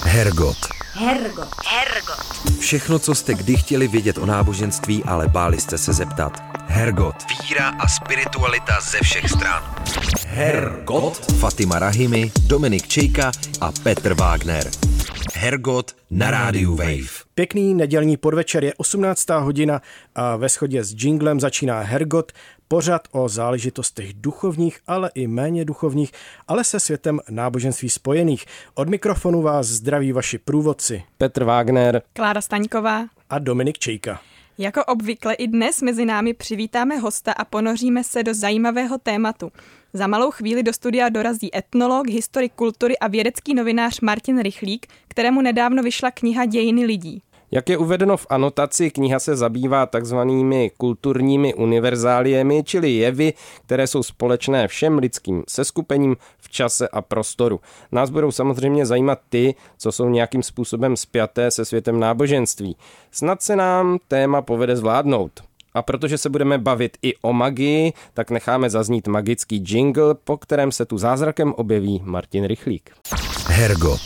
Hergot. Hergot. Všechno, co jste kdy chtěli vědět o náboženství, ale báli jste se zeptat. Hergot. Víra a spiritualita ze všech stran. Hergot. Fatima Rahimi, Dominik Čejka a Petr Wagner. Hergot na rádiu Wave. Pěkný nedělní podvečer, je 18. hodina a ve shodě s jinglem začíná Hergot, pořad o záležitostech duchovních, ale i méně duchovních, ale se světem náboženství spojených. Od mikrofonu vás zdraví vaši průvodci Petr Wagner, Klára Staňková a Dominik Čejka. Jako obvykle i dnes mezi námi přivítáme hosta a ponoříme se do zajímavého tématu. Za malou chvíli do studia dorazí etnolog, historik kultury a vědecký novinář Martin Rychlík, kterému nedávno vyšla kniha Dějiny lidí. Jak je uvedeno v anotaci, kniha se zabývá takzvanými kulturními univerzáliemi, čili jevy, které jsou společné všem lidským seskupením v čase a prostoru. Nás budou samozřejmě zajímat ty, co jsou nějakým způsobem spjaté se světem náboženství. Snad se nám téma povede zvládnout. A protože se budeme bavit i o magii, tak necháme zaznít magický jingle, po kterém se tu zázrakem objeví Martin Rychlík. Hergot.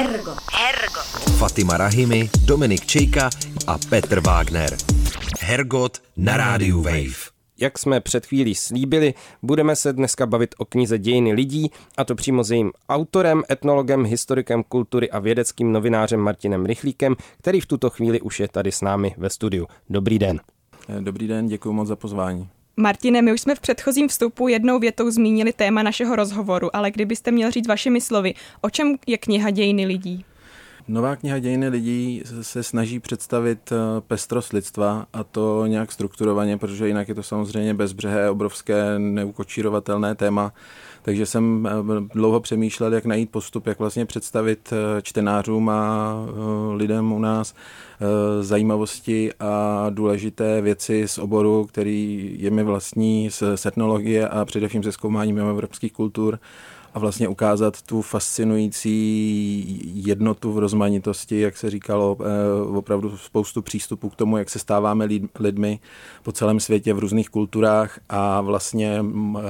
Fatima Rahimi, Dominik Čejka a Petr Wagner. Hergot na rádiu Wave. Jak jsme před chvílí slíbili, budeme se dneska bavit o knize Dějiny lidí, a to přímo s jejím autorem, etnologem, historikem kultury a vědeckým novinářem Martinem Rychlíkem, který v tuto chvíli už je tady s námi ve studiu. Dobrý den. Dobrý den, děkuji moc za pozvání. Martine, my už jsme v předchozím vstupu jednou větou zmínili téma našeho rozhovoru, ale kdybyste měl říct vašimi slovy, o čem je kniha Dějiny lidí? Nová kniha Dějiny lidí se snaží představit pestrost lidstva, a to nějak strukturovaně, protože jinak je to samozřejmě bezbřehé, obrovské, neukočírovatelné téma. Takže jsem dlouho přemýšlel, jak najít postup, jak vlastně představit čtenářům a lidem u nás zajímavosti a důležité věci z oboru, který je mi vlastní, z etnologie a především ze zkoumání mimoevropských kultur, a vlastně ukázat tu fascinující jednotu v rozmanitosti, jak se říkalo, opravdu spoustu přístupů k tomu, jak se stáváme lidmi po celém světě v různých kulturách, a vlastně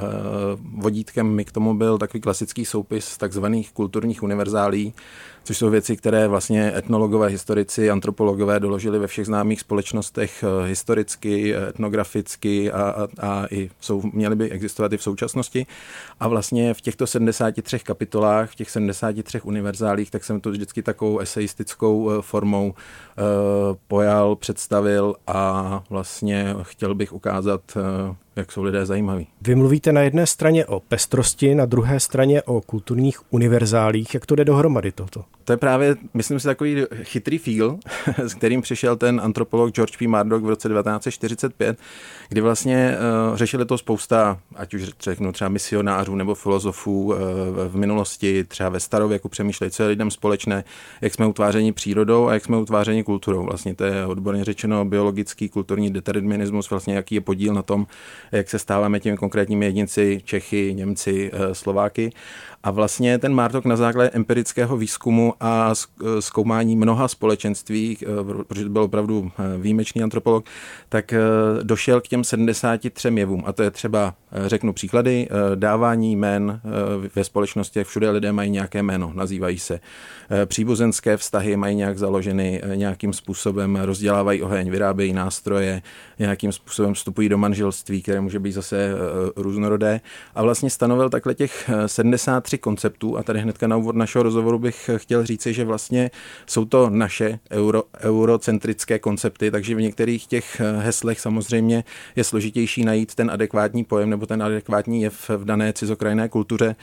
vodítkem mi k tomu byl takový klasický soupis takzvaných kulturních univerzálí, což jsou věci, které vlastně etnologové, historici, antropologové doložili ve všech známých společnostech historicky, etnograficky a měly by existovat i v současnosti. A vlastně v těchto 73 kapitolách, v těch 73 univerzálích, tak jsem to vždycky takovou eseistickou formou pojal, představil a vlastně chtěl bych ukázat, jak jsou lidé zajímaví. Vy mluvíte na jedné straně o pestrosti, na druhé straně o kulturních univerzálích. Jak to jde dohromady toto? To je právě, myslím si, takový chytrý feel, s kterým přišel ten antropolog George P. Murdoch v roce 1945, kdy vlastně řešili to spousta, ať už řeknu třeba misionářů nebo filozofů v minulosti, třeba ve starověku přemýšleli, co je lidem společné, jak jsme utvářeni přírodou a jak jsme utvářeni kulturou. Vlastně to je odborně řečeno biologický kulturní determinismus, vlastně jaký je podíl na tom, jak se stáváme těmi konkrétními jedinci, Čechy, Němci, Slováky. A vlastně ten Murdoch na základě empirického výzkumu a zkoumání mnoha společenství, protože to byl opravdu výjimečný antropolog, tak došel k těm 73 jevům. A to je třeba, řeknu příklady, dávání jmén ve společnosti, všude lidé mají nějaké jméno, nazývají se. Příbuzenské vztahy mají nějak založeny, nějakým způsobem rozdělávají oheň, vyrábějí nástroje, nějakým způsobem vstupují do manželství, které může být zase různorodé. A vlastně stanovil takhle těch 73 konceptů, a tady hnedka na úvod našeho rozhovoru bych chtěl říci, že vlastně jsou to naše eurocentrické koncepty, takže v některých těch heslech samozřejmě je složitější najít ten adekvátní pojem nebo ten adekvátní jev v dané cizokrajné kultuře.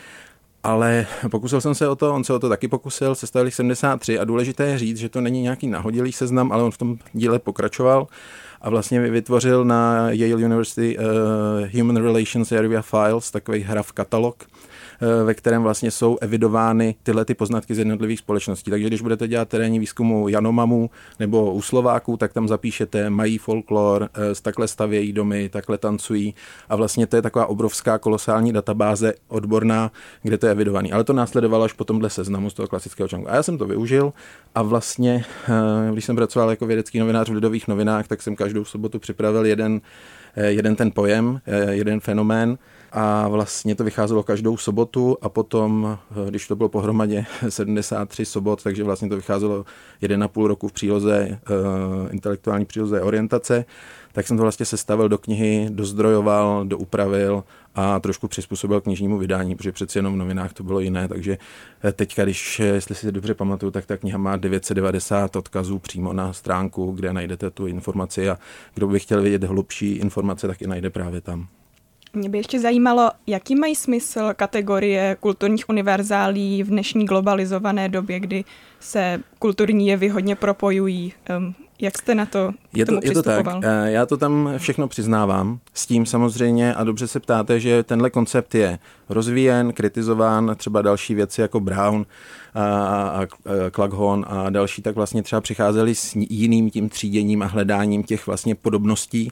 Ale pokusil jsem se o to, on se o to taky pokusil, sestavil jich 73, a důležité je říct, že to není nějaký nahodilý seznam, ale on v tom díle pokračoval a vlastně vytvořil na Yale University Human Relations Area Files, takový hraf katalog, ve kterém vlastně jsou evidovány tyhle ty poznatky z jednotlivých společností. Takže když budete dělat terénní výzkumu Janomamů nebo u Slováků, tak tam zapíšete, mají folklor, takhle stavějí domy, takhle tancují, a vlastně to je taková obrovská kolosální databáze odborná, kde to je evidovaný. Ale to následovalo až po tomhle seznamu z toho klasického článku. A já jsem to využil a vlastně, když jsem pracoval jako vědecký novinář v Lidových novinách, tak jsem každou sobotu připravil jeden ten pojem, jeden fenomén, a vlastně to vycházelo každou sobotu a potom, když to bylo pohromadě 73 sobot, takže vlastně to vycházelo 1,5 roku v příloze, intelektuální příloze orientace, tak jsem to vlastně sestavil do knihy, dozdrojoval, doupravil a trošku přizpůsobil knižnímu vydání, protože přeci jenom v novinách to bylo jiné, takže teďka, jestli si dobře pamatuju, tak ta kniha má 990 odkazů přímo na stránku, kde najdete tu informaci a kdo by chtěl vědět hlubší informace, tak i najde právě tam. Mě by ještě zajímalo, jaký mají smysl kategorie kulturních univerzálí v dnešní globalizované době, kdy se kulturní jevy hodně propojují. Jak jste na to přistupoval? To tak. Já to tam všechno přiznávám. S tím samozřejmě, a dobře se ptáte, že tenhle koncept je rozvíjen, kritizován, třeba další věci jako Brown a Clughorn a další, tak vlastně třeba přicházeli s jiným tím tříděním a hledáním těch vlastně podobností.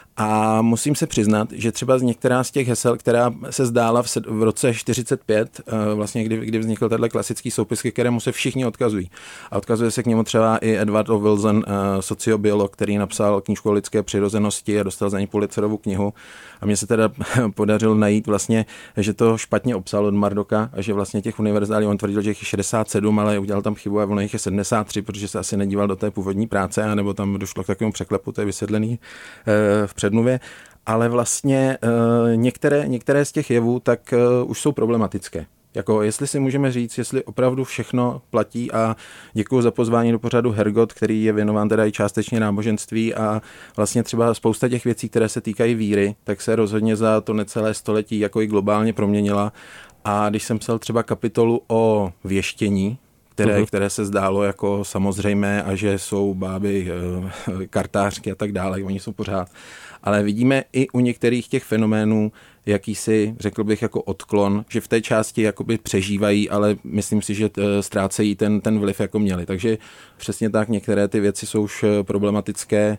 A musím se přiznat, že třeba některá z těch hesel, která se zdála v roce 45, vlastně kdy vznikl tenhle klasický soupis, ke kterému se všichni odkazují. A odkazuje se k němu třeba i Edward O. Wilson, sociobiolog, který napsal knížku o lidské přirozenosti a dostal za ní Pulitzerovu knihu. A mně se teda podařilo najít vlastně, že to špatně obsal od Murdocka a že vlastně těch univerzálí, on tvrdil, že jich je 67, ale udělal tam chybu a ono jich je 73, protože se asi nedíval do té původní práce, anebo tam došlo k takovému překlepu, to je vysvětlený v předmluvě. Ale vlastně některé z těch jevů tak už jsou problematické. Jako jestli si můžeme říct, jestli opravdu všechno platí a děkuji za pozvání do pořadu Hergot, který je věnován teda i částečně náboženství a vlastně třeba spousta těch věcí, které se týkají víry, tak se rozhodně za to necelé století jako i globálně proměnila. A když jsem psal třeba kapitolu o věštění, které se zdálo jako samozřejmé a že jsou báby, kartářky a tak dále, oni jsou pořád. Ale vidíme i u některých těch fenoménů jakýsi, řekl bych, jako odklon, že v té části jakoby přežívají, ale myslím si, že ztrácejí ten vliv, jako měli. Takže přesně tak, některé ty věci jsou už problematické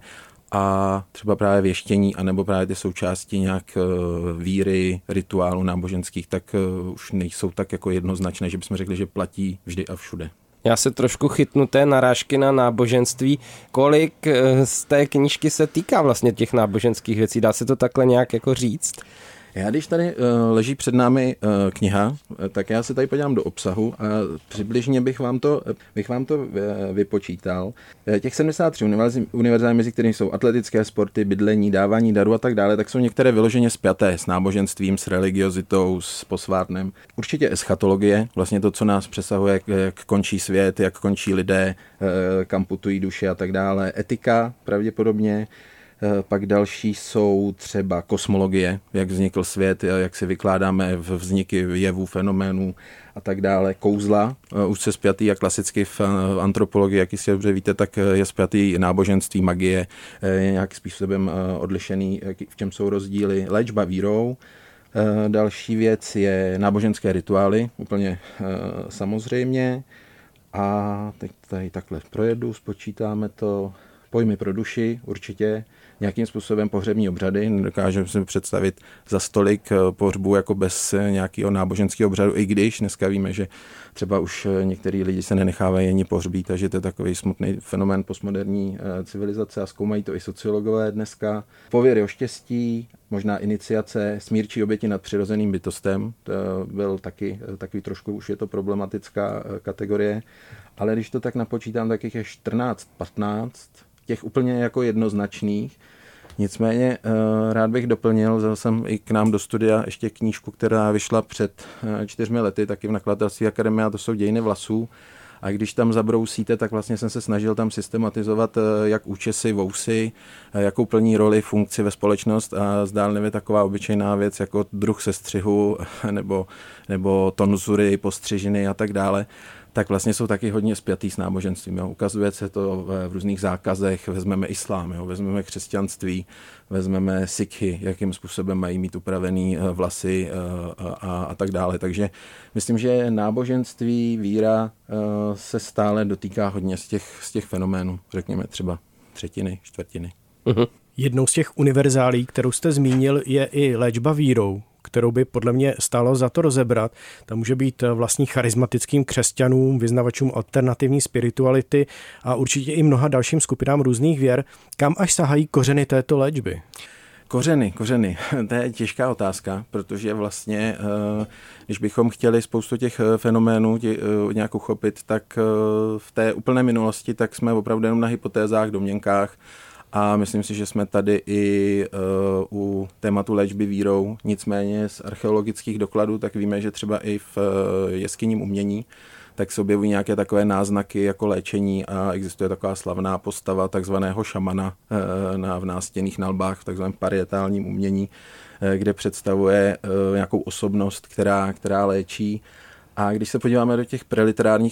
a třeba právě věštění, anebo právě ty součásti nějak víry, rituálů náboženských, tak už nejsou tak jako jednoznačné, že bychom řekli, že platí vždy a všude. Já se trošku chytnu té narážky na náboženství. Kolik z té knížky se týká vlastně těch náboženských věcí? Dá se to takhle nějak jako říct? Já když tady leží před námi kniha, tak já se tady podívám do obsahu a přibližně bych vám to vypočítal. Těch 73 univerzálí, mezi kterými jsou atletické sporty, bydlení, dávání daru a tak dále, tak jsou některé vyloženě spjaté s náboženstvím, s religiozitou, s posvátnem. Určitě eschatologie, vlastně to, co nás přesahuje, jak končí svět, jak končí lidé, kam putují duše a tak dále. Etika pravděpodobně. Pak další jsou třeba kosmologie, jak vznikl svět, jak si vykládáme vzniky jevů, fenoménů a tak dále. Kouzla, už se spjatý a klasicky v antropologii, jak jistě dobře víte, tak je spjatý náboženství, magie, je nějakým způsobem odlišený, v čem jsou rozdíly. Léčba vírou. Další věc je náboženské rituály, úplně samozřejmě. A teď tady takhle projedu, spočítáme to. Pojmy pro duši, určitě. Nějakým způsobem pohřební obřady. Nedokážeme si představit za stolik pohřbu jako bez nějakého náboženského obřadu, i když dneska víme, že třeba už některý lidi se nenechávají ani pohřbít, takže to je takový smutný fenomén postmoderní civilizace a zkoumají to i sociologové dneska. Pověry o štěstí, možná iniciace, smírčí oběti nad přirozeným bytostem, to byl takový trošku, už je to problematická kategorie, ale když to tak napočítám, tak jich je 14-15, těch úplně jako jednoznačných. Nicméně rád bych doplnil, vzal jsem i k nám do studia ještě knížku, která vyšla před 4 lety, taky v nakladatelství Akademie, a to jsou Dějiny vlasů. A když tam zabrousíte, tak vlastně jsem se snažil tam systematizovat, jak účesy, vousy, jakou plní roli, funkci ve společnost a zdánlivě taková obyčejná věc jako druh sestřihu nebo tonzury, postřižiny a tak dále, tak vlastně jsou taky hodně spjatý s náboženstvím. Jo. Ukazuje se to v různých zákazech, vezmeme islám, jo, vezmeme křesťanství, vezmeme sikhy, jakým způsobem mají mít upravený vlasy a tak dále. Takže myslím, že náboženství, víra se stále dotýká hodně z těch fenoménů, řekněme třeba 1/3, 1/4. Mhm. Jednou z těch univerzálí, kterou jste zmínil, je i léčba vírou, kterou by podle mě stálo za to rozebrat. Ta může být vlastní charismatickým křesťanům, vyznavačům alternativní spirituality a určitě i mnoha dalším skupinám různých věr. Kam až sahají kořeny této léčby? Kořeny. To je těžká otázka, protože vlastně, když bychom chtěli spoustu těch fenoménů nějak uchopit, tak v té úplné minulosti, tak jsme opravdu jenom na hypotézách, domněnkách a myslím si, že jsme tady i u tématu léčby vírou. Nicméně z archeologických dokladů, tak víme, že třeba i v jeskyním umění tak se objevují nějaké takové náznaky jako léčení a existuje taková slavná postava takzvaného šamana v nástěnných nalbách v takzvaném parietálním umění, kde představuje nějakou osobnost, která léčí. A když se podíváme do těch preliterárních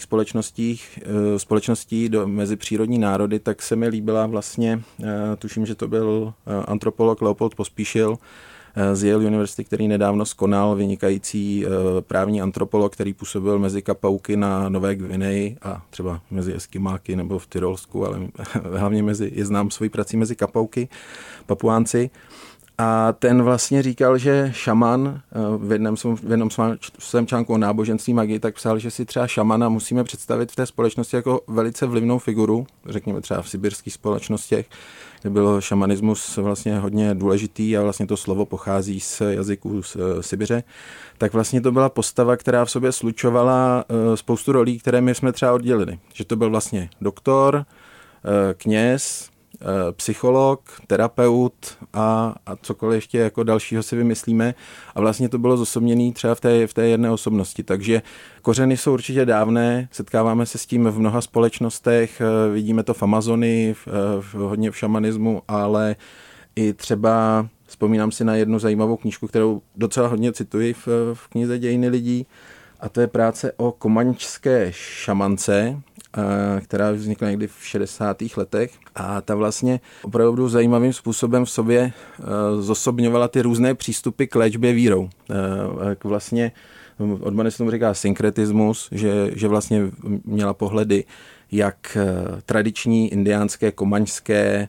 společností mezi přírodní národy, tak se mi líbila vlastně, tuším, že to byl antropolog Leopold Pospíšil z Yale University, který nedávno skonal, vynikající právní antropolog, který působil mezi Kapauky na Nové Gvineji a třeba mezi Eskimáky nebo v Tyrolsku, ale hlavně je znám svojí prací mezi Kapauky, Papuánci. A ten vlastně říkal, že šaman, v jednom svém článku o náboženství magii, tak psal, že si třeba šamana musíme představit v té společnosti jako velice vlivnou figuru, řekněme třeba v sibirských společnostech, kde byl šamanismus vlastně hodně důležitý a vlastně to slovo pochází z jazyků z Sibiře, tak vlastně to byla postava, která v sobě slučovala spoustu rolí, které my jsme třeba oddělili. Že to byl vlastně doktor, kněz, psycholog, terapeut a cokoliv ještě jako dalšího si vymyslíme a vlastně to bylo zosobněné třeba v té jedné osobnosti, takže kořeny jsou určitě dávné, setkáváme se s tím v mnoha společnostech, vidíme to v Amazonii, hodně v šamanismu, ale i třeba vzpomínám si na jednu zajímavou knížku, kterou docela hodně cituji v knize Dějiny lidí a to je práce o komančské šamance, která vznikla někdy v 60. letech a ta vlastně opravdu zajímavým způsobem v sobě zosobňovala ty různé přístupy k léčbě vírou. Vlastně odborně se tomu říká synkretismus, že vlastně měla pohledy jak tradiční, indiánské, komaňské,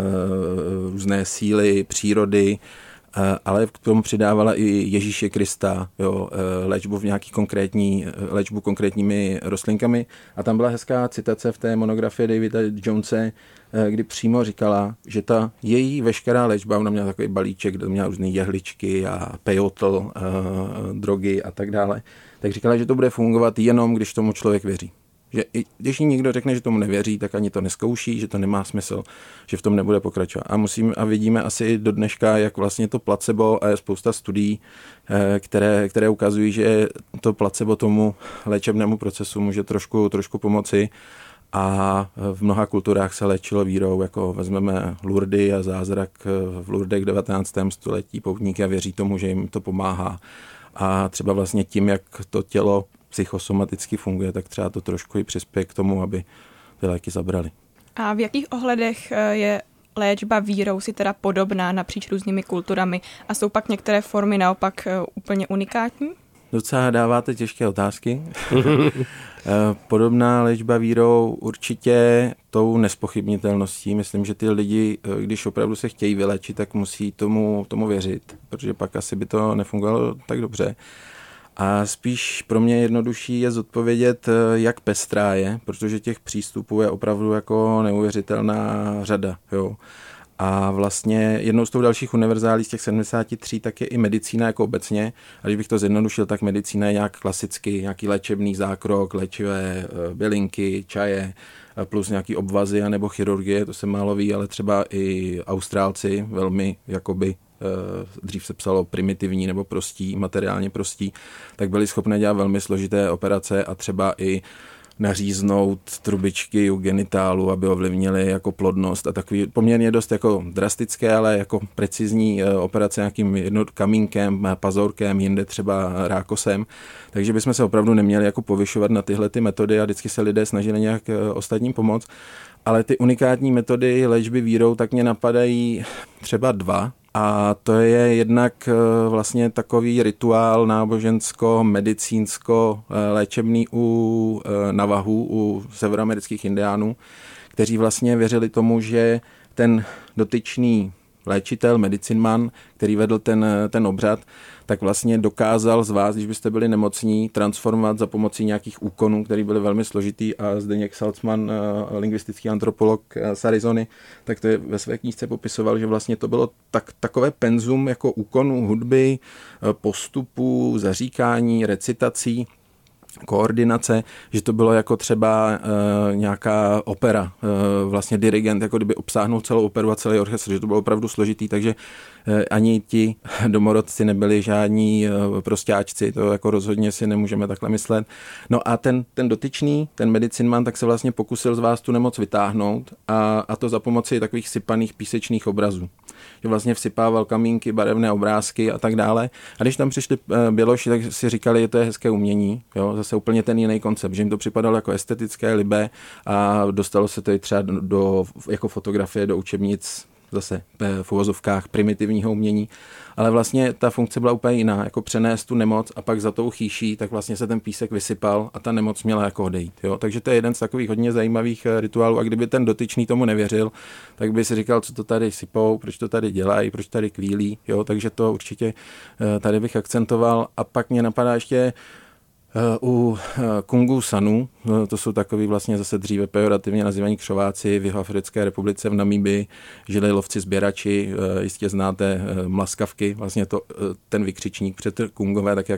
různé síly, přírody, ale k tomu přidávala i Ježíše Krista, léčbu léčbu konkrétními rostlinkami. A tam byla hezká citace v té monografii Davida Jonese, kdy přímo říkala, že ta její veškerá léčba, ona měla takový balíček, kde měla různé jehličky a pejotl, drogy a tak dále, tak říkala, že to bude fungovat jenom, když tomu člověk věří. Že i když někdo řekne, že tomu nevěří, tak ani to neskouší, že to nemá smysl, že v tom nebude pokračovat. A vidíme asi do dneška, jak vlastně to placebo, a je spousta studií, které ukazují, že to placebo tomu léčebnému procesu může trošku pomoci. A v mnoha kulturách se léčilo vírou, jako vezmeme Lourdes a zázrak v Lourdech 19. století, poutníky a věří tomu, že jim to pomáhá. A třeba vlastně tím, jak to tělo psychosomaticky funguje, tak třeba to trošku i přispěje k tomu, aby ty léky zabrali. A v jakých ohledech je léčba vírou si teda podobná napříč různými kulturami a jsou pak některé formy naopak úplně unikátní? Docela dáváte těžké otázky. Podobná léčba vírou určitě tou nespochybnitelností. Myslím, že ty lidi, když opravdu se chtějí vyléčit, tak musí tomu věřit, protože pak asi by to nefungovalo tak dobře. A spíš pro mě jednodušší je zodpovědět, jak pestrá je, protože těch přístupů je opravdu jako neuvěřitelná řada. Jo. A vlastně jednou z těch dalších univerzálí z těch 73 tak je i medicína jako obecně. A když bych to zjednodušil, tak medicína je nějak klasicky, nějaký léčebný zákrok, léčivé bylinky, čaje, plus nějaký obvazy anebo chirurgie, to se málo ví, ale třeba i Austrálci velmi jakoby dřív se psalo primitivní nebo prostí, materiálně prostí, tak byli schopni dělat velmi složité operace a třeba i naříznout trubičky u genitálu, aby ovlivnili jako plodnost a takový poměrně dost jako drastické, ale jako precizní operace nějakým kamínkem, pazourkem, jinde třeba rákosem. Takže bychom se opravdu neměli jako povyšovat na tyhle ty metody a vždycky se lidé snažili nějak ostatním pomoct. Ale ty unikátní metody léčby vírou tak mě napadají třeba dva. A to je jednak vlastně takový rituál nábožensko-medicínsko-léčebný u Navahů, u severoamerických indiánů, kteří vlastně věřili tomu, že ten dotyčný léčitel, medicinman, který vedl ten obřad, tak vlastně dokázal z vás, když byste byli nemocní, transformovat za pomocí nějakých úkonů, které byly velmi složitý, a Zdeněk Salcman, lingvistický antropolog z Arizony, tak to je ve své knížce popisoval, že vlastně to bylo takové penzum jako úkonů, hudby, postupů, zaříkání, recitací, koordinace, že to bylo jako třeba nějaká opera, vlastně dirigent, jako kdyby obsáhnul celou operu a celý orchestr, že to bylo opravdu složitý, takže ani ti domorodci nebyli žádní prostáčci, to jako rozhodně si nemůžeme takhle myslet. No a ten dotyčný, ten medicinman, tak se vlastně pokusil z vás tu nemoc vytáhnout a to za pomoci takových sypaných písečných obrazů. Že vlastně vsypával kamínky, barevné obrázky a tak dále. A když tam přišli Běloši, tak si říkali, že to je hezké umění, jo? Zase úplně ten jiný koncept, že jim to připadalo jako estetické, libé, a dostalo se to i třeba jako fotografie do učebnic, zase v uvozovkách primitivního umění, ale vlastně ta funkce byla úplně jiná, jako přenést tu nemoc a pak za tou chýší, tak vlastně se ten písek vysypal a ta nemoc měla jako odejít. Jo? Takže to je jeden z takových hodně zajímavých rituálů, a kdyby ten dotyčný tomu nevěřil, tak by si říkal, co to tady sypou, proč to tady dělají, proč tady kvílí, jo? Takže to určitě tady bych akcentoval. A pak mě napadá ještě u Kungu Sanů, to jsou takový vlastně zase dříve pejorativně nazývaní křováci v Jihoafrické republice, v Namíbii žili lovci sběrači, jistě znáte mlaskavky, vlastně ten vykřičník před Kungové, tak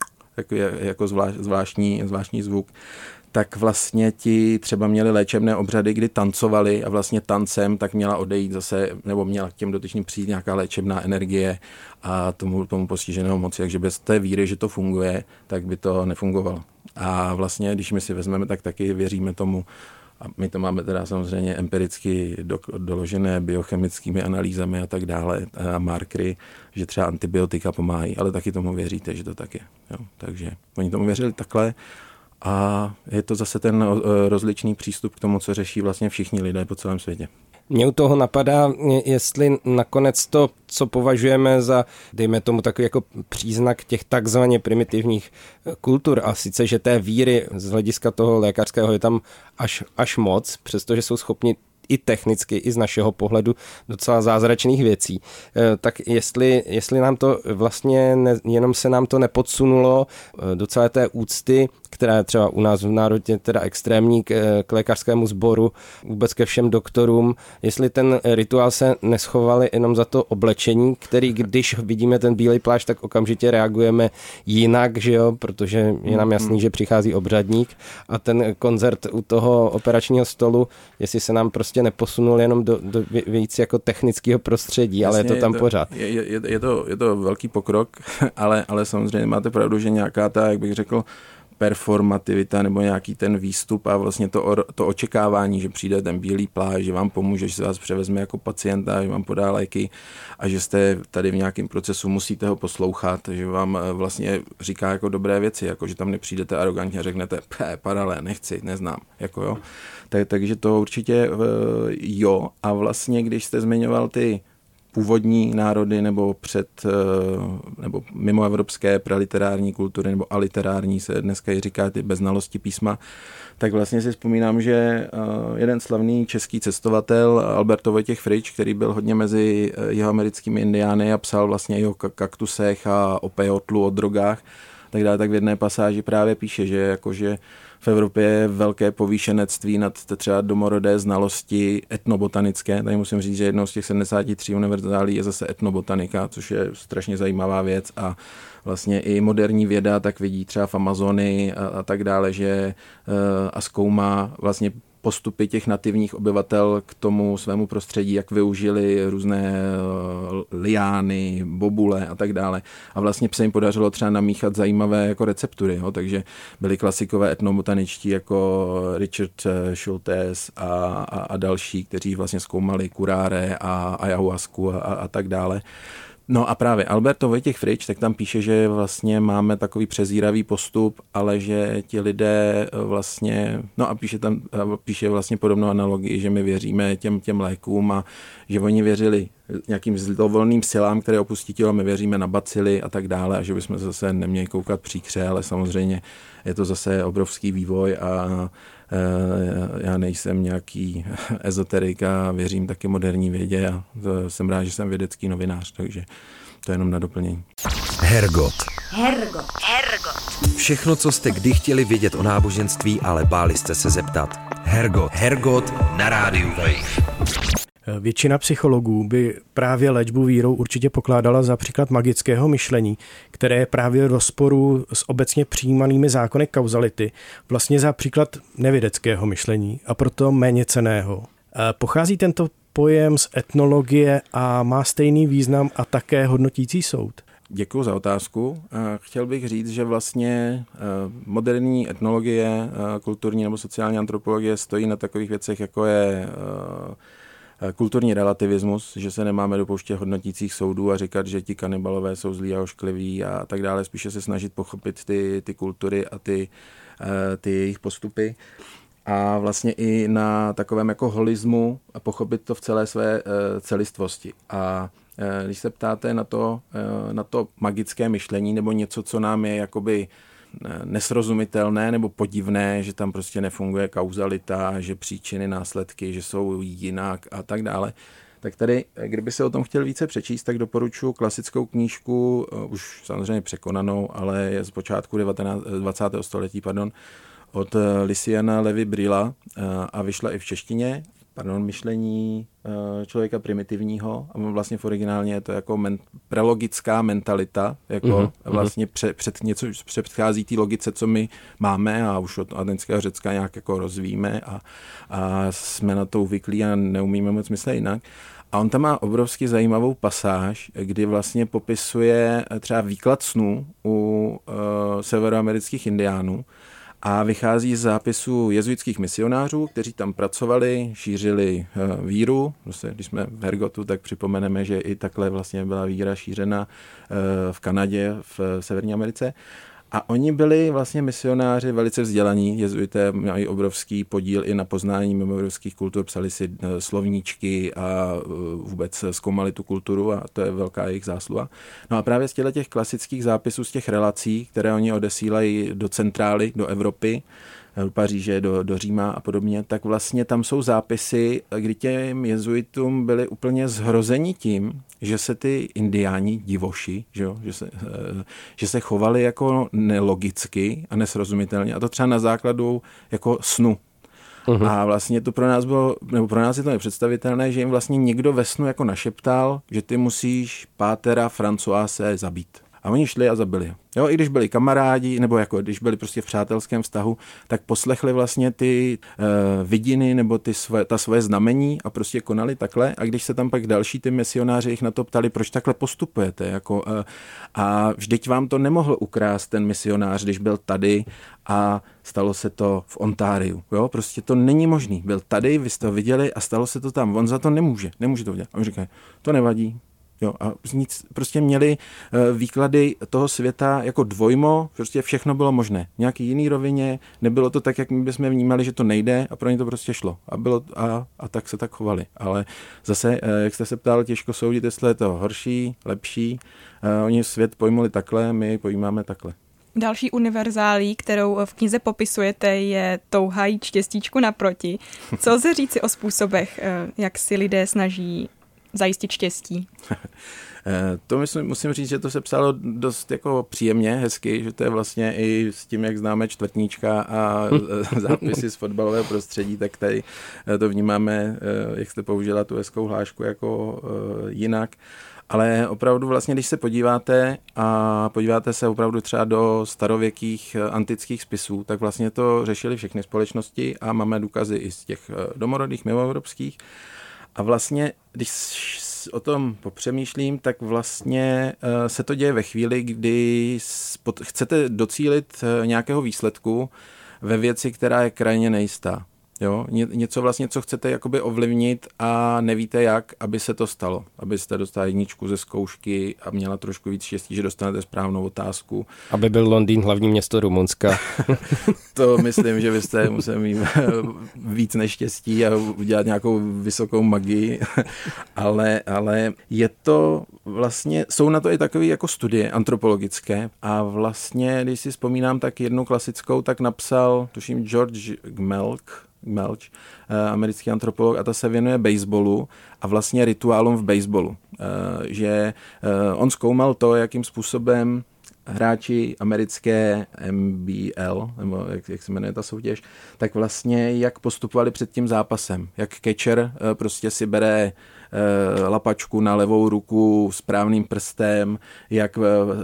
jako zvláštní zvuk. Tak vlastně ti třeba měli léčebné obřady, kdy tancovali a vlastně tancem tak měla odejít zase, nebo měla k těm dotyčným přijít nějaká léčebná energie a tomu postiženého moci. Takže bez té víry, že to funguje, tak by to nefungovalo. A vlastně, když my si vezmeme, tak taky věříme tomu, a my to máme teda samozřejmě empiricky doložené biochemickými analýzami a tak dále, a markery, že třeba antibiotika pomáhají, ale taky tomu věříte, že to tak je. Jo? Takže oni tomu věřili takhle. A je to zase ten rozličný přístup k tomu, co řeší vlastně všichni lidé po celém světě. Mně u toho napadá, jestli nakonec to, co považujeme za, dejme tomu, takový jako příznak těch takzvaně primitivních kultur, a sice, že té víry z hlediska toho lékařského je tam až moc, přestože jsou schopni i technicky, i z našeho pohledu docela zázračných věcí. Tak jestli nám to vlastně jenom se nám to nepodsunulo do celé té úcty, která je třeba u nás v národě teda extrémní k lékařskému sboru, vůbec ke všem doktorům, jestli ten rituál se neschovali jenom za to oblečení, který když vidíme ten bílý plášť, tak okamžitě reagujeme jinak, že jo, protože je nám jasný, že přichází obřadník, a ten koncert u toho operačního stolu, jestli se nám prostě neposunul jenom do víc jako technického prostředí, jasně, ale je to tam pořád. Je to velký pokrok, ale samozřejmě máte pravdu, že nějaká ta, jak bych řekl, performativita nebo nějaký ten výstup a vlastně to očekávání, že přijde ten bílý plášť, že vám pomůže, že se vás převezme jako pacienta, že vám podá léky a že jste tady v nějakém procesu, musíte ho poslouchat, že vám vlastně říká jako dobré věci, jako že tam nepřijdete arogantně a řeknete paralé, nechci, neznám, jako jo. Takže to určitě jo, a vlastně když jste zmiňoval ty původní národy nebo nebo mimoevropské praliterární kultury nebo aliterární se dneska i říká, ty bez znalosti písma, tak vlastně si vzpomínám, že jeden slavný český cestovatel Alberto Vojtěch Frič, který byl hodně mezi jihoamerickými indiány a psal vlastně o kaktusech a o pejotlu, o drogách, tak dále, tak v jedné pasáži právě píše, že jakože v Evropě je velké povýšenectví nad třeba domorodé znalosti etnobotanické. Tady musím říct, že jednou z těch 73 univerzálí je zase etnobotanika, což je strašně zajímavá věc, a vlastně i moderní věda tak vidí třeba v Amazonii a tak dále, že a zkoumá vlastně postupy těch nativních obyvatel k tomu svému prostředí, jak využili různé liány, bobule a tak dále. A vlastně se jim podařilo třeba namíchat zajímavé jako receptury, jo? Takže byli klasikové etnobotaničtí jako Richard Schultes a další, kteří vlastně zkoumali kuráre a ayahuasku a tak dále. No a právě Alberto Vojtěch Frič, tak tam píše, že vlastně máme takový přezíravý postup, ale že ti lidé vlastně, no a píše vlastně podobnou analogii, že my věříme těm lékům a že oni věřili nějakým zlovolným silám, které opustí tělo, my věříme na bacily a tak dále, a že bychom zase neměli koukat příkře, ale samozřejmě je to zase obrovský vývoj a Já nejsem nějaký ezoterik a věřím taky moderní vědě a jsem rád, že jsem vědecký novinář, takže to je jenom na doplnění. Hergot. Všechno, co jste kdy chtěli vědět o náboženství, ale báli jste se zeptat. Hergot na rádiu Wave. Většina psychologů by právě léčbu vírou určitě pokládala za příklad magického myšlení, které je právě v rozporu s obecně přijímanými zákony kauzality, vlastně za příklad nevědeckého myšlení a proto méně cenného. Pochází tento pojem z etnologie a má stejný význam a také hodnotící soud? Děkuji za otázku. Chtěl bych říct, že vlastně moderní etnologie, kulturní nebo sociální antropologie stojí na takových věcech, jako je kulturní relativismus, že se nemáme dopouštět hodnotících soudů a říkat, že ti kanibalové jsou zlí a oškliví a tak dále. Spíše se snažit pochopit ty kultury a ty jejich postupy. A vlastně i na takovém jako holismu a pochopit to v celé své celistvosti. A když se ptáte na to magické myšlení nebo něco, co nám je jakoby nesrozumitelné nebo podivné, že tam prostě nefunguje kauzalita, že příčiny, následky, že jsou jinak a tak dále. Tak tady, kdyby se o tom chtěl více přečíst, tak doporučuji klasickou knížku, už samozřejmě překonanou, ale je z počátku 20. století, od Luciana Levy Brilla a vyšla i v češtině. Myšlení člověka primitivního a vlastně v originálně je to jako prelogická mentalita, jako vlastně předchází té logice, co my máme a už od antického Řecka nějak jako rozvíjíme a jsme na to zvyklí a neumíme moc myslet jinak. A on tam má obrovsky zajímavou pasáž, kdy vlastně popisuje třeba výklad snů u severoamerických indiánů, a vychází z zápisů jezuitských misionářů, kteří tam pracovali, šířili víru. Když jsme v Hergotu, tak připomeneme, že i takhle vlastně byla víra šířena v Kanadě, v Severní Americe. A oni byli vlastně misionáři velice vzdělaní. Jezuité mají obrovský podíl i na poznání mimoevropských kultur, psali si slovníčky a vůbec zkoumali tu kulturu a to je velká jejich zásluha. No a právě z těch klasických zápisů, z těch relací, které oni odesílají do centrály, do Evropy, do Paříže, do Říma a podobně, tak vlastně tam jsou zápisy, kdy těm jezuitům byli úplně zhrozeni tím, že se ty indiáni, divoši, že se chovali jako nelogicky a nesrozumitelně. A to třeba na základu jako snu. A vlastně to pro nás bylo, nebo pro nás je to nepředstavitelné, že jim vlastně někdo ve snu jako našeptal, že ty musíš pátera Françoise zabít. A oni šli a zabili. Jo, i když byli kamarádi, nebo jako když byli prostě v přátelském vztahu, tak poslechli vlastně ty vidiny nebo ta svoje znamení a prostě konali takhle. A když se tam pak další ty misionáři jich na to ptali, proč takhle postupujete, jako, a vždyť vám to nemohl ukrást ten misionář, když byl tady a stalo se to v Ontáriu. Jo, prostě to není možný. Byl tady, vy jste to viděli a stalo se to tam. On za to nemůže to udělat. A on říká, to nevadí. Jo, a prostě měli výklady toho světa jako dvojmo, prostě všechno bylo možné. V nějaký jiný rovině, nebylo to tak, jak my bychom vnímali, že to nejde a pro ně to prostě šlo. A tak se tak chovali. Ale zase, jak jste se ptal, těžko soudit, jestli je to horší, lepší. Oni svět pojmuli takhle, my pojímáme takhle. Další univerzálí, kterou v knize popisujete, je touha jít štěstíčku naproti. Co lze říci o způsobech, jak si lidé snaží zajistit štěstí? To musím říct, že to se psalo dost jako příjemně, hezky, že to je vlastně i s tím, jak známe čtvrtníčka a zápisy z fotbalového prostředí, tak tady to vnímáme, jak jste použila tu hezkou hlášku, jako jinak. Ale opravdu vlastně, když se podíváte se opravdu třeba do starověkých antických spisů, tak vlastně to řešili všechny společnosti a máme důkazy i z těch domorodých, mimoevropských. A vlastně, když o tom popřemýšlím, tak vlastně se to děje ve chvíli, kdy chcete docílit nějakého výsledku ve věci, která je krajně nejistá. Jo, něco vlastně, co chcete jakoby ovlivnit a nevíte jak, aby se to stalo. Abyste dostali 1 ze zkoušky a měla trošku víc štěstí, že dostanete správnou otázku. Aby byl Londýn hlavní město Rumunska. To myslím, že byste museli mít víc neštěstí a udělat nějakou vysokou magii. ale je to vlastně, jsou na to i takové jako studie antropologické a vlastně, když si vzpomínám, tak jednu klasickou tak napsal, tuším, George Melch, americký antropolog, a ta se věnuje baseballu a vlastně rituálům v baseballu. Že on zkoumal to, jakým způsobem hráči americké NBL, nebo jak se jmenuje ta soutěž, tak vlastně jak postupovali před tím zápasem. Jak catcher prostě si bere lapačku na levou ruku správným prstem, jak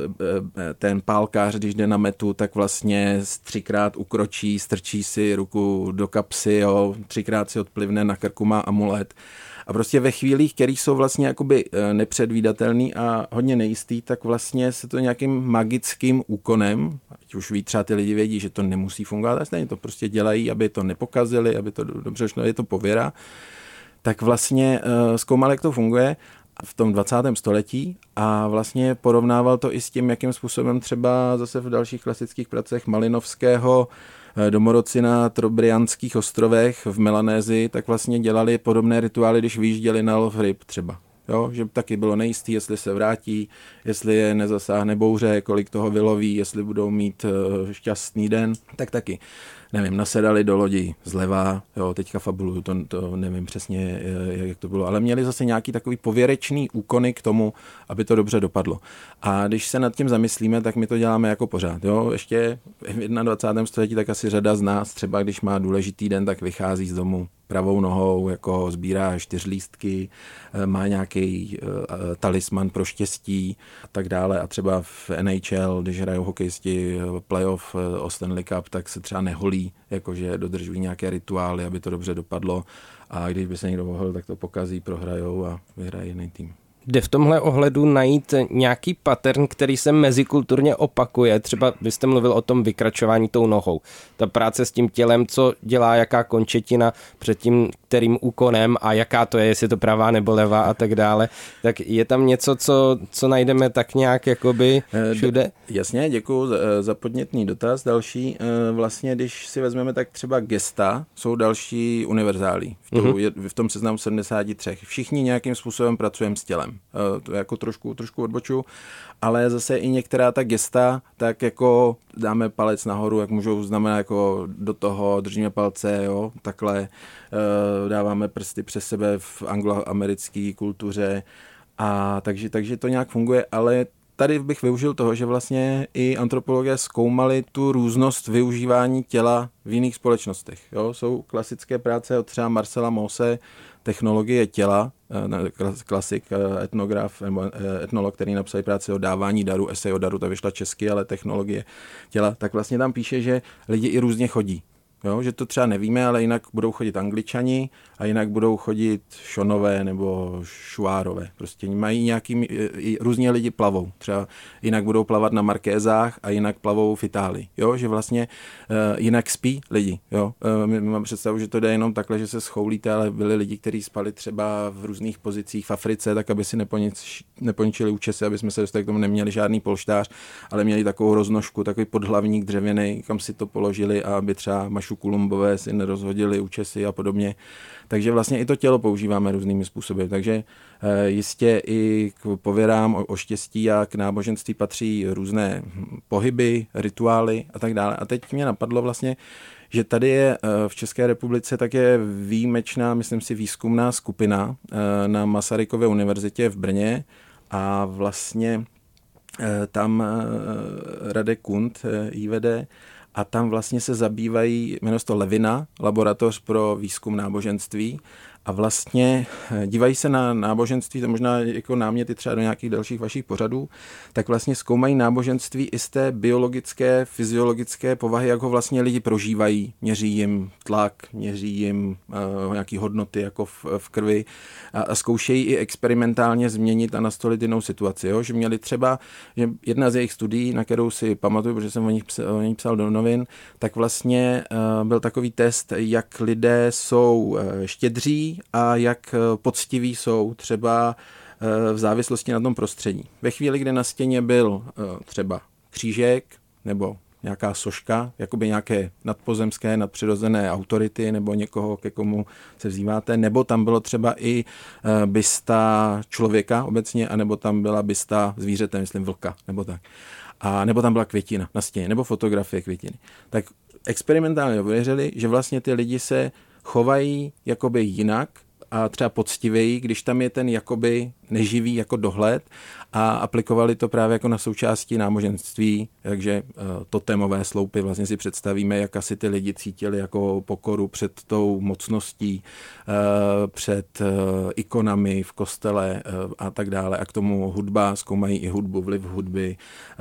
ten pálkař, když jde na metu, tak vlastně 3krát ukročí, strčí si ruku do kapsy, jo, 3krát si odplivne, na krku má amulet. A prostě ve chvílích, které jsou vlastně jakoby nepředvídatelný a hodně nejistý, tak vlastně se to nějakým magickým úkonem, ať už třeba ty lidi vědí, že to nemusí fungovat, a stejně to prostě dělají, aby to nepokazili, aby to dobře šlo, je to pověra, tak vlastně zkoumal, jak to funguje v tom 20. století a vlastně porovnával to i s tím, jakým způsobem třeba zase v dalších klasických pracech Malinovského domorodci na Trobriandských ostrovech v Melanézii, tak vlastně dělali podobné rituály, když vyjížděli na lov ryb třeba. Jo, že taky bylo nejistý, jestli se vrátí, jestli je nezasáhne bouře, kolik toho vyloví, jestli budou mít šťastný den, tak taky. Nevím, nasedali do lodi zleva, jo, teďka fabuluju, to nevím přesně, jak to bylo, ale měli zase nějaký takový pověrečný úkony k tomu, aby to dobře dopadlo. A když se nad tím zamyslíme, tak my to děláme jako pořád. Jo. Ještě v 21. století tak asi řada z nás, třeba když má důležitý den, tak vychází z domu pravou nohou, jako sbírá 4 lístky, má nějaký talisman pro štěstí a tak dále. A třeba v NHL, když hrajou hokejisti playoff o Stanley Cup, tak se třeba neholí, jakože dodržují nějaké rituály, aby to dobře dopadlo. A když by se někdo oholil, tak to pokazí, prohrajou a vyhraje jiný tým. Jde v tomhle ohledu najít nějaký pattern, který se mezikulturně opakuje? Třeba vy jste mluvil o tom vykračování tou nohou. Ta práce s tím tělem, co dělá jaká končetina před tím kterým úkonem a jaká to je, jestli je to pravá nebo levá a tak dále. Tak je tam něco, co najdeme tak nějak jakoby všude? Jasně, děkuju za podnětný dotaz. Další, vlastně když si vezmeme, tak třeba gesta jsou další univerzální. V tom seznamu 73. Všichni nějakým způsobem pracujeme s tělem. To jako trošku odboču, ale zase i některá ta gesta, tak jako dáme palec nahoru, jak můžou znamenat jako do toho, držíme palce, jo, takhle, dáváme prsty přes sebe v angloamerické kultuře a takže to nějak funguje, ale tady bych využil toho, že vlastně i antropologové zkoumali tu různost využívání těla v jiných společnostech. Jo? Jsou klasické práce od třeba Marcela Mausse, technologie těla, klasik, etnograf, etnolog, který napsal práci o dávání daru, esej o daru, to vyšla česky, ale technologie těla, tak vlastně tam píše, že lidi i různě chodí. Jo, že to třeba nevíme, ale jinak budou chodit Angličani a jinak budou chodit Šonové nebo Šuárové. Prostě mají nějaký, různě lidi plavou. Třeba jinak budou plavat na Markézách a jinak plavou v Itálii. Jo, že vlastně jinak spí lidi. Jo. My mám představu, že to jde jenom takhle, že se schoulíte, ale byli lidi, kteří spali třeba v různých pozicích v Africe, tak aby si neponičili účesy, aby jsme se dostali k tomu, neměli žádný polštář, ale měli takovou roznožku, takový podhlavník dřevěný, kam si to položili a aby třeba Mašu Kolumbové si nerozhodili účesy a podobně. Takže vlastně i to tělo používáme různými způsoby. Takže jistě i k pověrám o štěstí a k náboženství patří různé pohyby, rituály a tak dále. A teď mě napadlo vlastně, že tady je v České republice také výjimečná, myslím si, výzkumná skupina na Masarykově univerzitě v Brně a vlastně tam Radek Kund ji vede a tam vlastně se zabývají, jmenuje se to Levina, laboratoř pro výzkum náboženství a vlastně dívají se na náboženství, to možná jako náměty třeba do nějakých dalších vašich pořadů, tak vlastně zkoumají náboženství i z té biologické, fyziologické povahy, jak ho vlastně lidi prožívají, měří jim tlak, měří jim nějaké hodnoty jako v krvi a zkoušejí i experimentálně změnit a nastolit jinou situaci. Jo? Že měli třeba, že jedna z jejich studií, na kterou si pamatuju, protože jsem o ní psal do novin, tak vlastně byl takový test, jak lidé jsou štědří a jak poctiví jsou třeba v závislosti na tom prostředí. Ve chvíli, kdy na stěně byl třeba křížek nebo nějaká soška, jakoby nějaké nadpozemské, nadpřirozené autority nebo někoho, ke komu se vzýváte, nebo tam bylo třeba i bysta člověka obecně, anebo tam byla bysta zvířete, myslím vlka, nebo tak. A nebo tam byla květina na stěně, nebo fotografie květiny. Tak experimentálně ověřili, že vlastně ty lidi se chovají jakoby jinak a třeba poctivěji, když tam je ten jakoby neživý jako dohled a aplikovali to právě jako na součástí náboženství, takže totémové sloupy vlastně si představíme, jak asi ty lidi cítili jako pokoru před tou mocností, před ikonami v kostele a tak dále. A k tomu hudba, zkoumají i hudbu, vliv hudby,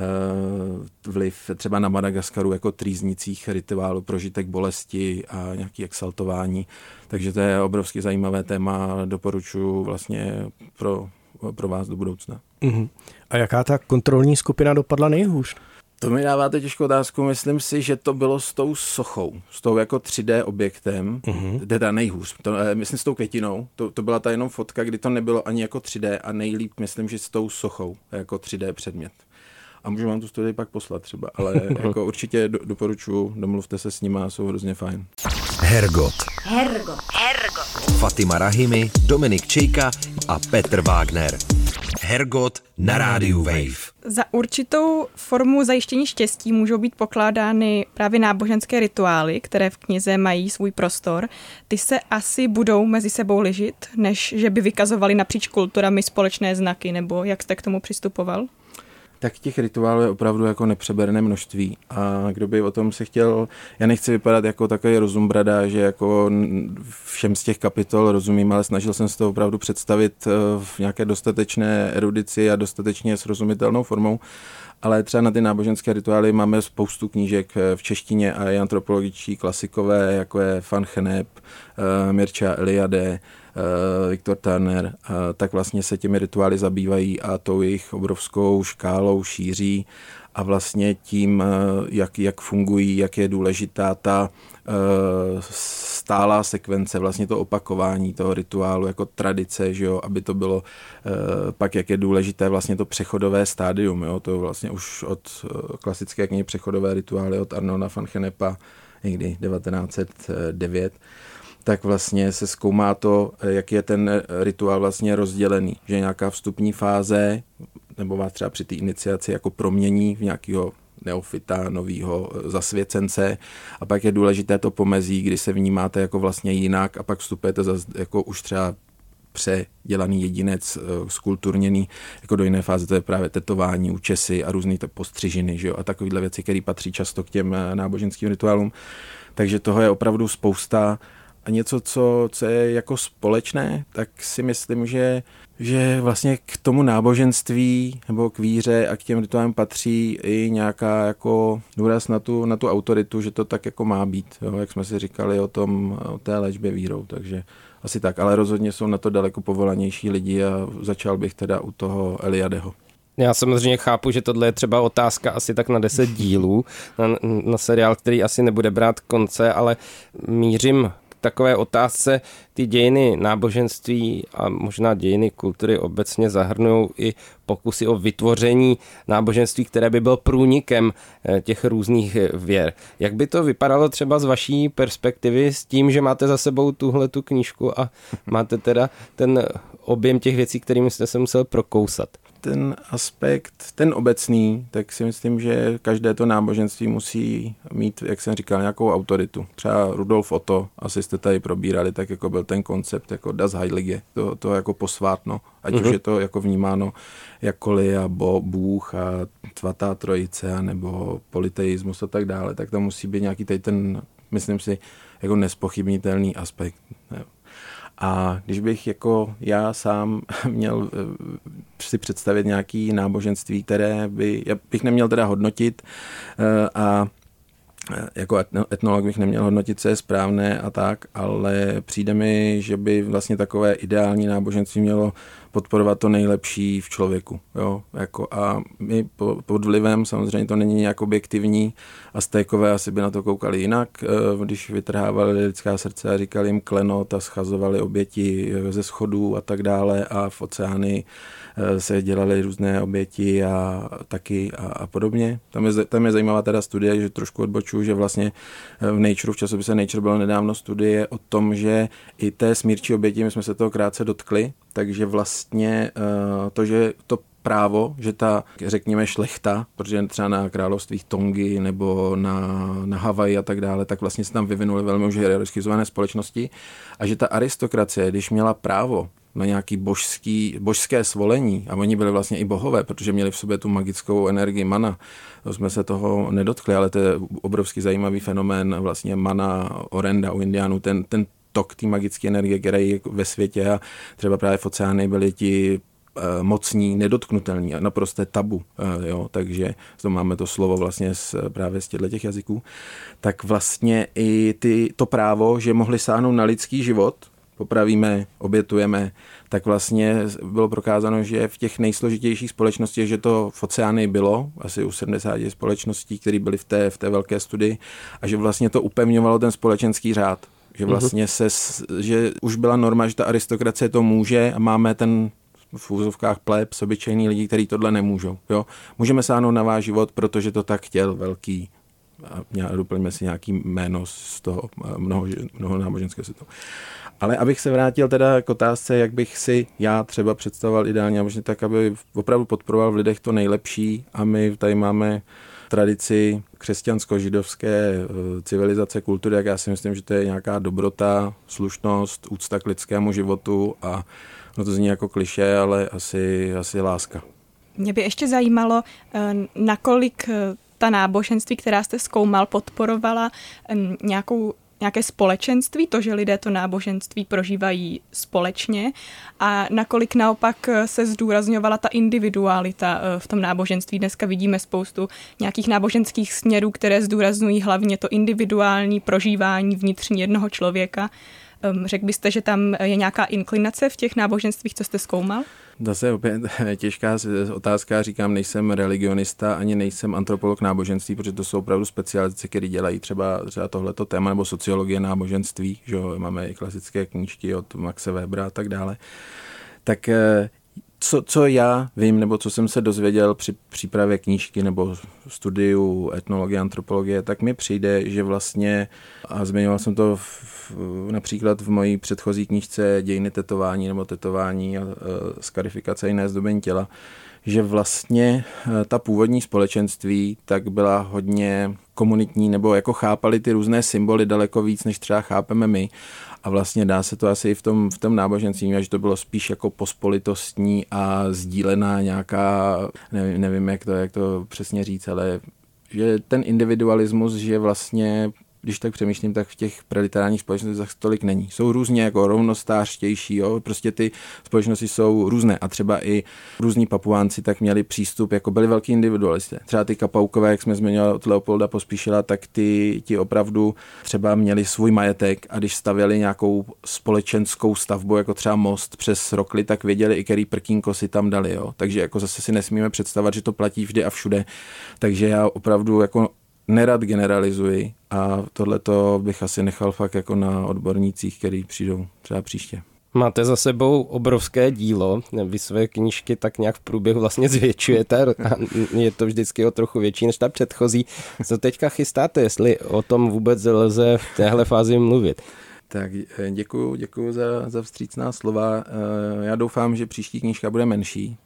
vliv třeba na Madagaskaru jako trýznicích rituálu, prožitek bolesti a nějaký exaltování. Takže to je obrovsky zajímavé téma, doporučuji vlastně pro vás do budoucna. Uh-huh. A jaká ta kontrolní skupina dopadla nejhůř? To mi dáváte těžkou otázku. Myslím si, že to bylo s tou sochou, s tou jako 3D objektem, teda nejhůř. Myslím s tou květinou. To byla ta jenom fotka, kdy to nebylo ani jako 3D a nejlíp myslím, že s tou sochou jako 3D předmět. A můžu vám tu studii pak poslat třeba, ale jako určitě doporučuji, domluvte se s nima, jsou hrozně fajn. Hergot. Fatima Rahimi, Dominik Čejka a Petr Wagner. Hergot na rádiu Wave. Za určitou formu zajištění štěstí můžou být pokládány právě náboženské rituály, které v knize mají svůj prostor. Ty se asi budou mezi sebou lišit, než že by vykazovali napříč kulturami společné znaky, nebo jak jste k tomu přistupoval? Tak těch rituálů je opravdu jako nepřeberné množství a kdo by o tom se chtěl, já nechci vypadat jako takový rozumbrada, že jako všem z těch kapitol rozumím, ale snažil jsem se to opravdu představit v nějaké dostatečné erudici a dostatečně srozumitelnou formou, ale třeba na ty náboženské rituály máme spoustu knížek v češtině a i antropologičtí klasikové, jako je Van Gennep, Mircea Eliade, Viktor Turner, tak vlastně se těmi rituály zabývají a tou jejich obrovskou škálou šíří a vlastně tím, jak fungují, jak je důležitá ta stálá sekvence, vlastně to opakování toho rituálu jako tradice, že jo, aby to bylo pak, jak je důležité vlastně to přechodové stádium, jo, to vlastně už od klasické knihy Přechodové rituály od Arnolda van Gennepa někdy 1909, tak vlastně se zkoumá to, jak je ten rituál vlastně rozdělený, že nějaká vstupní fáze, nebo vás třeba při té iniciaci jako promění v nějakého neofita, novýho zasvěcence a pak je důležité to pomezí, kdy se vnímáte jako vlastně jinak a pak vstupujete jako už třeba předělaný jedinec, skulturněný, jako do jiné fáze, to je právě tetování, účesy a různý postřižiny, že jo, a takovýhle věci, které patří často k těm náboženským rituálům. Takže toho je opravdu spousta. A něco, co je jako společné, tak si myslím, že vlastně k tomu náboženství nebo k víře a k těm rituálům patří i nějaká jako důraz na tu autoritu, že to tak jako má být, jo, jak jsme si říkali o té léčbě vírou, takže asi tak, ale rozhodně jsou na to daleko povolanější lidi a začal bych teda u toho Eliadeho. Já samozřejmě chápu, že tohle je třeba otázka asi tak na 10 dílů, na seriál, který asi nebude brát konce, ale mířím takové otázce, ty dějiny náboženství a možná dějiny kultury obecně zahrnují i pokusy o vytvoření náboženství, které by byl průnikem těch různých věr. Jak by to vypadalo třeba z vaší perspektivy s tím, že máte za sebou tuhletu knížku a máte teda ten objem těch věcí, kterými jste se musel prokousat? Ten aspekt, ten obecný, tak si myslím, že každé to náboženství musí mít, jak jsem říkal, nějakou autoritu. Třeba Rudolf Otto, asi jste tady probírali, tak jako byl ten koncept jako das Heilige, to jako posvátno, ať už je to jako vnímáno jakkoliv a Bůh a svatá trojice nebo politeismus a tak dále, tak tam musí být nějaký tady ten, myslím si, jako nespochybnitelný aspekt. A když bych jako já sám měl si představit nějaké náboženství, které bych neměl teda hodnotit a jako etnolog bych neměl hodnotit, co je správné a tak, ale přijde mi, že by vlastně takové ideální náboženství mělo podporovat to nejlepší v člověku. Jo? Jako a my pod vlivem, samozřejmě to není nějak objektivní, Aztékové asi by na to koukali jinak, když vytrhávali lidská srdce a říkali jim klenot a schazovali oběti ze schodů a tak dále a v oceány se dělaly různé oběti a taky a podobně. Tam je zajímavá teda studie, že trošku odbočuju, že vlastně v Nature, v časopise Nature bylo nedávno studie o tom, že i té smírčí oběti, my jsme se toho krátce dotkli, takže vlastně to, že to právo, že ta, řekněme, šlechta, protože třeba na království Tongy nebo na Havaji a tak dále, tak vlastně se tam vyvinuly velmi už hierarchizované společnosti a že ta aristokracie, když měla právo na nějaký božské svolení, a oni byli vlastně i bohové, protože měli v sobě tu magickou energii mana, to jsme se toho nedotkli, ale to je obrovský zajímavý fenomén vlastně mana orenda u Indiánů, ten tok té magické energie, která je ve světě a třeba právě v oceány byli ti mocní, nedotknutelní a naprosté tabu, jo, takže to máme to slovo vlastně právě z těch jazyků, tak vlastně i to právo, že mohli sáhnout na lidský život, popravíme, obětujeme, tak vlastně bylo prokázáno, že v těch nejsložitějších společnostech, že to v oceány bylo, asi u 70 společností, které byly v té velké studii, a že vlastně to upevňovalo ten společenský řád. Že vlastně že už byla norma, že ta aristokracie to může a máme ten v úzovkách plebs, obyčejný lidi, kteří tohle nemůžou. Jo? Můžeme sáhnout na váš život, protože to tak chtěl velký a doplňme si nějaký jméno z toho mnoho náboženského světu. Ale abych se vrátil teda k otázce, jak bych si já třeba představoval ideálně, možná tak, aby opravdu podporoval v lidech to nejlepší a my tady máme tradici křesťansko-židovské civilizace, kultury, jak já si myslím, že to je nějaká dobrota, slušnost, úcta k lidskému životu a no to zní jako klišé, ale asi láska. Mě by ještě zajímalo, nakolik ta náboženství, která jste zkoumal, podporovala nějaké společenství, to, že lidé to náboženství prožívají společně a nakolik naopak se zdůrazňovala ta individualita v tom náboženství. Dneska vidíme spoustu nějakých náboženských směrů, které zdůrazňují hlavně to individuální prožívání vnitřní jednoho člověka. Řekl byste, že tam je nějaká inklinace v těch náboženstvích, co jste zkoumal? Zase opět těžká otázka, říkám, nejsem religionista, ani nejsem antropolog náboženství, protože to jsou opravdu specializace, které dělají třeba tohleto téma, nebo sociologie náboženství, že máme i klasické knížky od Maxe Webera a tak dále. Tak co já vím, nebo co jsem se dozvěděl při přípravě knížky nebo studiu etnologie, antropologie, tak mi přijde, že vlastně, a zmiňoval jsem to například v mojí předchozí knížce Dějiny tetování nebo tetování a skarifikace jiné zdobení těla, že vlastně ta původní společenství tak byla hodně komunitní nebo jako chápali ty různé symboly daleko víc, než třeba chápeme my. A vlastně dá se to asi i v tom náboženství, že to bylo spíš jako pospolitostní a sdílená nějaká, nevím jak to přesně říct, ale že ten individualismus, že vlastně, když tak přemýšlím, tak v těch preliterárních společnostech tolik není. Jsou různě jako rovnostářtější, jo? Prostě ty společnosti jsou různé a třeba i různí Papuánci tak měli přístup, jako byli velký individualisté. Třeba ty Kapaukové, jak jsme zmiňovali od Leopolda Pospíšila, tak ti opravdu třeba měli svůj majetek a když stavěli nějakou společenskou stavbu, jako třeba most přes Rokli, tak věděli i který prkínko si tam dali. Jo? Takže jako zase si nesmíme představovat, že to platí vždy a všude. Takže já opravdu jako nerad generalizuji a tohleto bych asi nechal fakt jako na odbornících, který přijdou třeba příště. Máte za sebou obrovské dílo, vy své knížky tak nějak v průběhu vlastně zvětšujete a je to vždycky o trochu větší než ta předchozí. Co teďka chystáte, jestli o tom vůbec lze v téhle fázi mluvit? Tak děkuju za vstřícná slova. Já doufám, že příští knížka bude menší.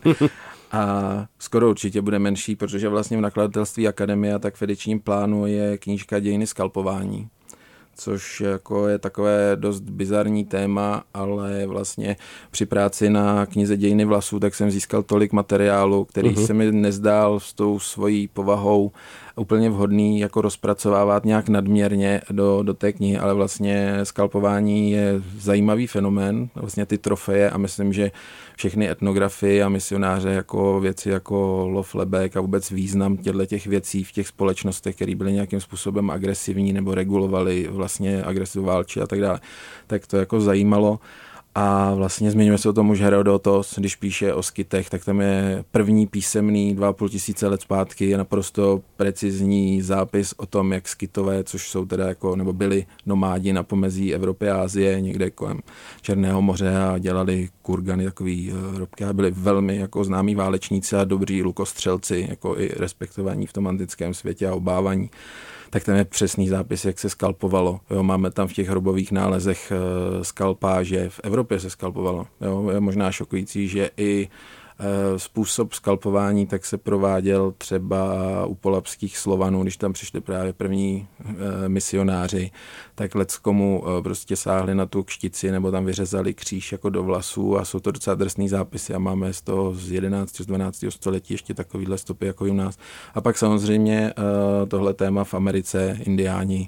A skoro určitě bude menší, protože vlastně v nakladatelství Akademia tak v edičním plánu je knížka Dějiny skalpování, což jako je takové dost bizarní téma, ale vlastně při práci na knize Dějiny vlasů, tak jsem získal tolik materiálu, který se mi nezdál s tou svojí povahou úplně vhodný jako rozpracovávat nějak nadměrně do té knihy, ale vlastně skalpování je zajímavý fenomén, vlastně ty trofeje a myslím, že všechny etnografy a misionáře jako věci jako lov lebek a vůbec význam těch věcí v těch společnostech, které byly nějakým způsobem agresivní nebo regulovali vlastně agresivu válči a tak dále, tak to jako zajímalo. A vlastně zmiňuje se o tom už Herodotos, když píše o Skytech, tak tam je první písemný 2500 let zpátky, je naprosto precizní zápis o tom, jak Skytové, což jsou teda jako, nebo byli nomádi na pomezí Evropy a Asie, někde kolem Černého moře a dělali kurgany, takový hrobky a byli velmi jako známí válečníci a dobří lukostřelci, jako i respektovaní v tom antickém světě a obávaní. Tak tam je přesný zápis, jak se skalpovalo. Jo, máme tam v těch hrobových nálezech skalpáže, v Evropě se skalpovalo. Jo, je možná šokující, že i způsob skalpování tak se prováděl třeba u polabských Slovanů, když tam přišli právě první misionáři, tak leckomu prostě sáhli na tu kštici nebo tam vyřezali kříž jako do vlasů a jsou to docela drsný zápisy a máme z toho z 11. z 12. století ještě takovýhle stopy jako i u nás. A pak samozřejmě tohle téma v Americe, indiáni,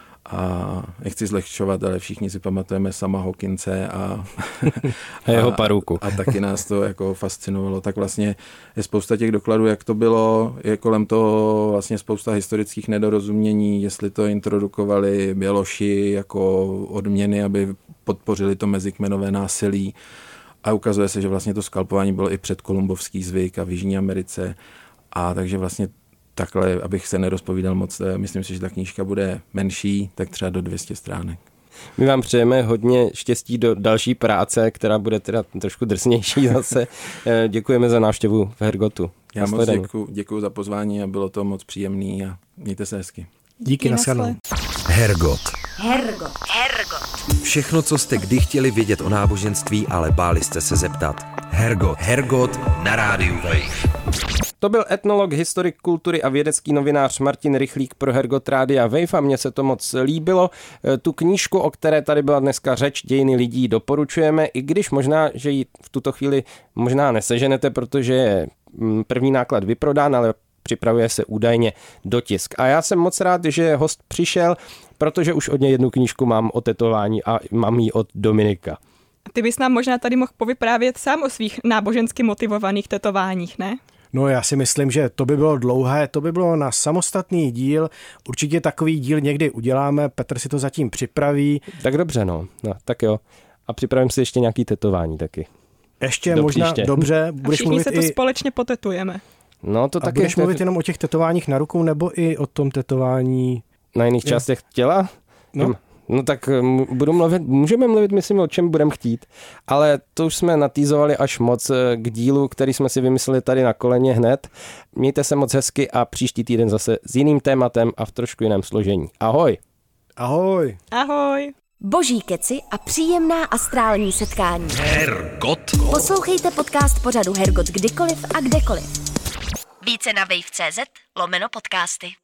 a nechci zlehčovat, ale všichni si pamatujeme sama Hawkinse a jeho paruku. A taky nás to jako fascinovalo. Tak vlastně je spousta těch dokladů, jak to bylo, je kolem toho vlastně spousta historických nedorozumění, jestli to introdukovali Běloši jako odměny, aby podpořili to mezikmenové násilí. A ukazuje se, že vlastně to skalpování bylo i předkolumbovský zvyk a v Jižní Americe. A takže vlastně takhle, abych se nerozpovídal moc, myslím si, že ta knížka bude menší, tak třeba do 200 stránek. My vám přejeme hodně štěstí do další práce, která bude teda trošku drsnější zase. Děkujeme za návštěvu v Hergotu. Já moc děkuju za pozvání a bylo to moc příjemný a mějte se hezky. Díky, nashledanou. Hergot. Všechno, co jste kdy chtěli vědět o náboženství, ale báli jste se zeptat. Hergot na rádiu Wave. To byl etnolog, historik kultury a vědecký novinář Martin Rychlík pro Hergot Rádia Wave a mně se to moc líbilo. Tu knížku, o které tady byla dneska řeč, Dějiny lidí, doporučujeme, i když možná, že ji v tuto chvíli možná neseženete, protože je první náklad vyprodán, ale připravuje se údajně dotisk. A já jsem moc rád, že host přišel, protože už od něj jednu knížku mám o tetování a mám ji od Dominika. Ty bys nám možná tady mohl povyprávět sám o svých nábožensky motivovaných tetováních, ne? No já si myslím, že to by bylo dlouhé, to by bylo na samostatný díl. Určitě takový díl někdy uděláme, Petr si to zatím připraví. Tak dobře, no tak jo. A připravím si ještě nějaký tetování taky. Ještě možná, příště. Dobře. Budeš všichni mluvit se to společně potetujeme. No to taky. Budeš mluvit jenom o těch tetováních na rukou nebo i o tom tetování na jiných částech těla? No tak můžeme mluvit, myslím, o čem budeme chtít, ale to už jsme natýzovali až moc k dílu, který jsme si vymysleli tady na koleně hned. Mějte se moc hezky a příští týden zase s jiným tématem a v trošku jiném složení. Ahoj! Ahoj! Ahoj! Boží keci a příjemná astrální setkání. Hergot. Poslouchejte podcast pořadu Hergot kdykoliv a kdekoliv. Více na wave.cz/podcasty.